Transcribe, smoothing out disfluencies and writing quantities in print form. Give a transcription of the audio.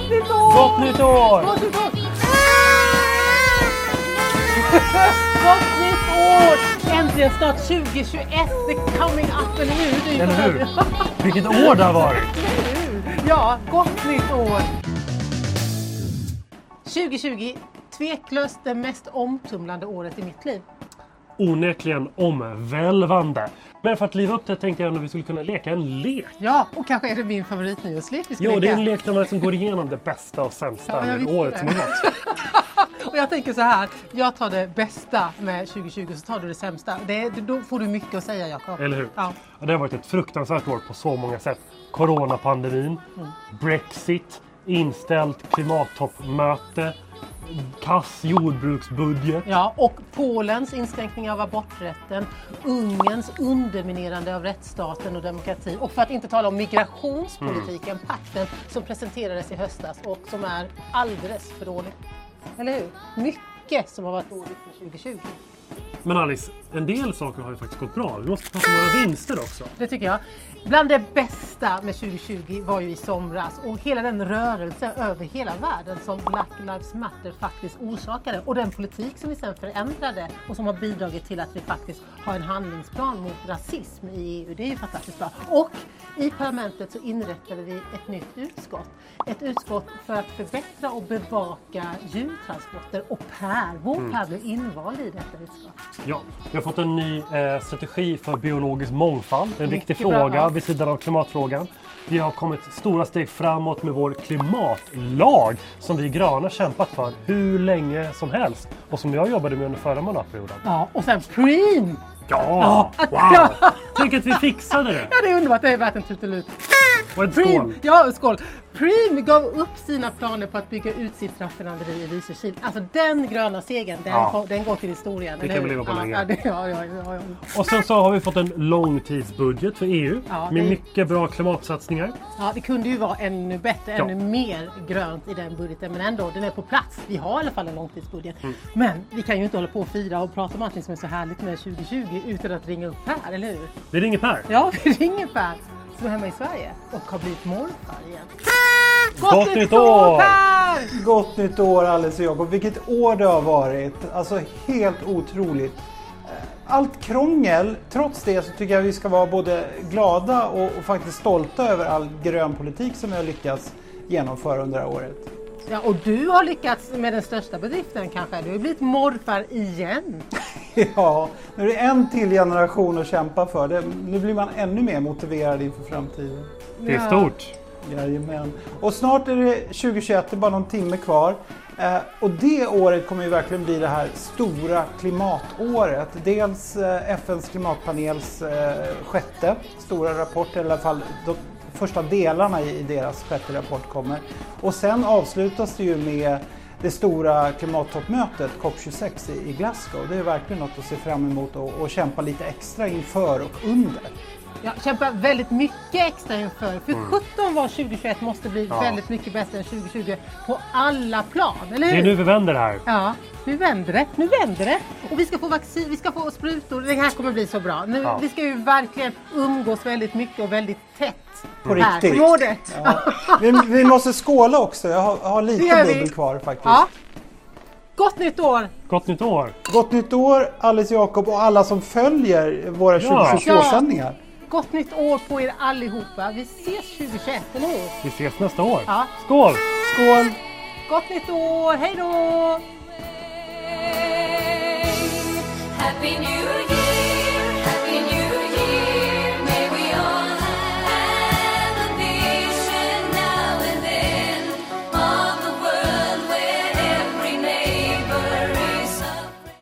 Gott nytt år! Gott nytt år! Gott nytt år! Gott nytt år! Äntligen snart 2021. Det är coming up, eller hur? Eller hur? Vilket år det har varit! Ja, gott nytt år! 2020, tveklöst det mest omtumlande året i mitt liv. Onekligen omvälvande. Men för att liva upp det tänkte jag att vi skulle kunna leka en lek. Ja, och kanske är det min favoritnyårslek vi ska Jo, det är leka. en lek där man liksom går igenom det bästa och sämsta jag ur visste året det. som har gått. Och jag tänker så här, jag tar det bästa med 2020 så tar du det sämsta. Då får du mycket att säga, Jakob. Eller hur? Ja. Och det har varit ett fruktansvärt år på så många sätt. Coronapandemin, Brexit, inställt klimattoppmöte, kass jordbruksbudget. Ja, och Polens inskränkning av aborträtten, Ungerns underminerande av rättsstaten och demokrati. Och för att inte tala om migrationspolitiken, pakten som presenterades i höstas och som är alldeles för dålig. Eller hur? Mycket som har varit dåligt för 2020. Men Alice, en del saker har ju faktiskt gått bra. Vi måste prata om några vinster också. Det tycker jag. Bland det bästa med 2020 var ju i somras och hela den rörelse över hela världen som Black Lives Matter faktiskt orsakade och den politik som vi sen förändrade och som har bidragit till att vi faktiskt har en handlingsplan mot rasism i EU. Det är ju fantastiskt bra. Och i parlamentet så inrättade vi ett nytt utskott. Ett utskott för att förbättra och bevaka djurtransporter och vår Per blev invald i detta utskott. Ja, vi har fått en ny strategi för biologisk mångfald. En viktig bra, fråga ja. vid sidan av klimatfrågan. Vi har kommit stora steg framåt med vår klimatlag som vi gröna kämpat för hur länge som helst. Och som jag jobbade med under förra mandatperioden. Ja, och sen Preem! Ja, Ja. wow! Tänk att vi fixade det! Ja, det är underbart. Det är värt en tutelut. Och en skål! Preem, ja, skål. Preem gav upp sina planer på att bygga ut sitt raffinaderi i Lysekil. Alltså den gröna segern, den går till historien. Det kan vi leva på länge. Ja. Och sen så har vi fått en långtidsbudget för EU Ja, med det- mycket bra klimatsatsningar. Ja, det kunde ju vara ännu bättre, ännu mer grönt i den budgeten. Men ändå, den är på plats. Vi har i alla fall en långtidsbudget. Men vi kan ju inte hålla på och fira och prata om allting som är så härligt med 2020 utan att ringa upp Per, eller hur? Vi ringer Per. Ja, vi ringer Per som är hemma i Sverige och har blivit morfar igen. Gott nytt år! Per! Gott nytt år Alice och Jakob. Vilket år det har varit. Alltså helt otroligt. Allt krångel, trots det så tycker jag vi ska vara både glada och faktiskt stolta över all grön politik som vi har lyckats genomföra under det här året. Ja, och du har lyckats med den största bedriften kanske. Du har blivit morfar igen. Ja, nu är det en till generation att kämpa för. Nu blir man ännu mer motiverad inför framtiden. Det är stort. Jajamän. Och snart är det 2021, det är bara någon timme kvar. Och det året kommer ju verkligen bli det här stora klimatåret. Dels FNs klimatpanels sjätte stora rapport, i alla fall de första delarna i deras sjätte rapport kommer. Och sen avslutas det ju med det stora klimattoppmötet COP26 i Glasgow. Det är verkligen något att se fram emot och kämpa lite extra inför och under. Jag kämpar väldigt mycket extra inför. För 17 var 2021 måste bli väldigt mycket bättre än 2020 på alla plan, eller hur? Det är nu vi vänder här. Ja, nu vänder det. Och vi ska få vaccin, vi ska få sprutor. Det här kommer bli så bra. Nu, Vi ska ju verkligen umgås väldigt mycket och väldigt tätt. På riktigt. På rådet. Ja. Vi måste skåla också. Jag har Det lite gör vi. bubbel kvar faktiskt. Ja. Gott nytt år! Gott nytt år! Gott nytt år Alice Jakob och alla som följer våra 2022-sändningar. Gott nytt år på er allihopa. Vi ses 2021, eller hur? Vi ses nästa år. Ja. Skål! Skål! Gott nytt år! Hej då! Happy New Year!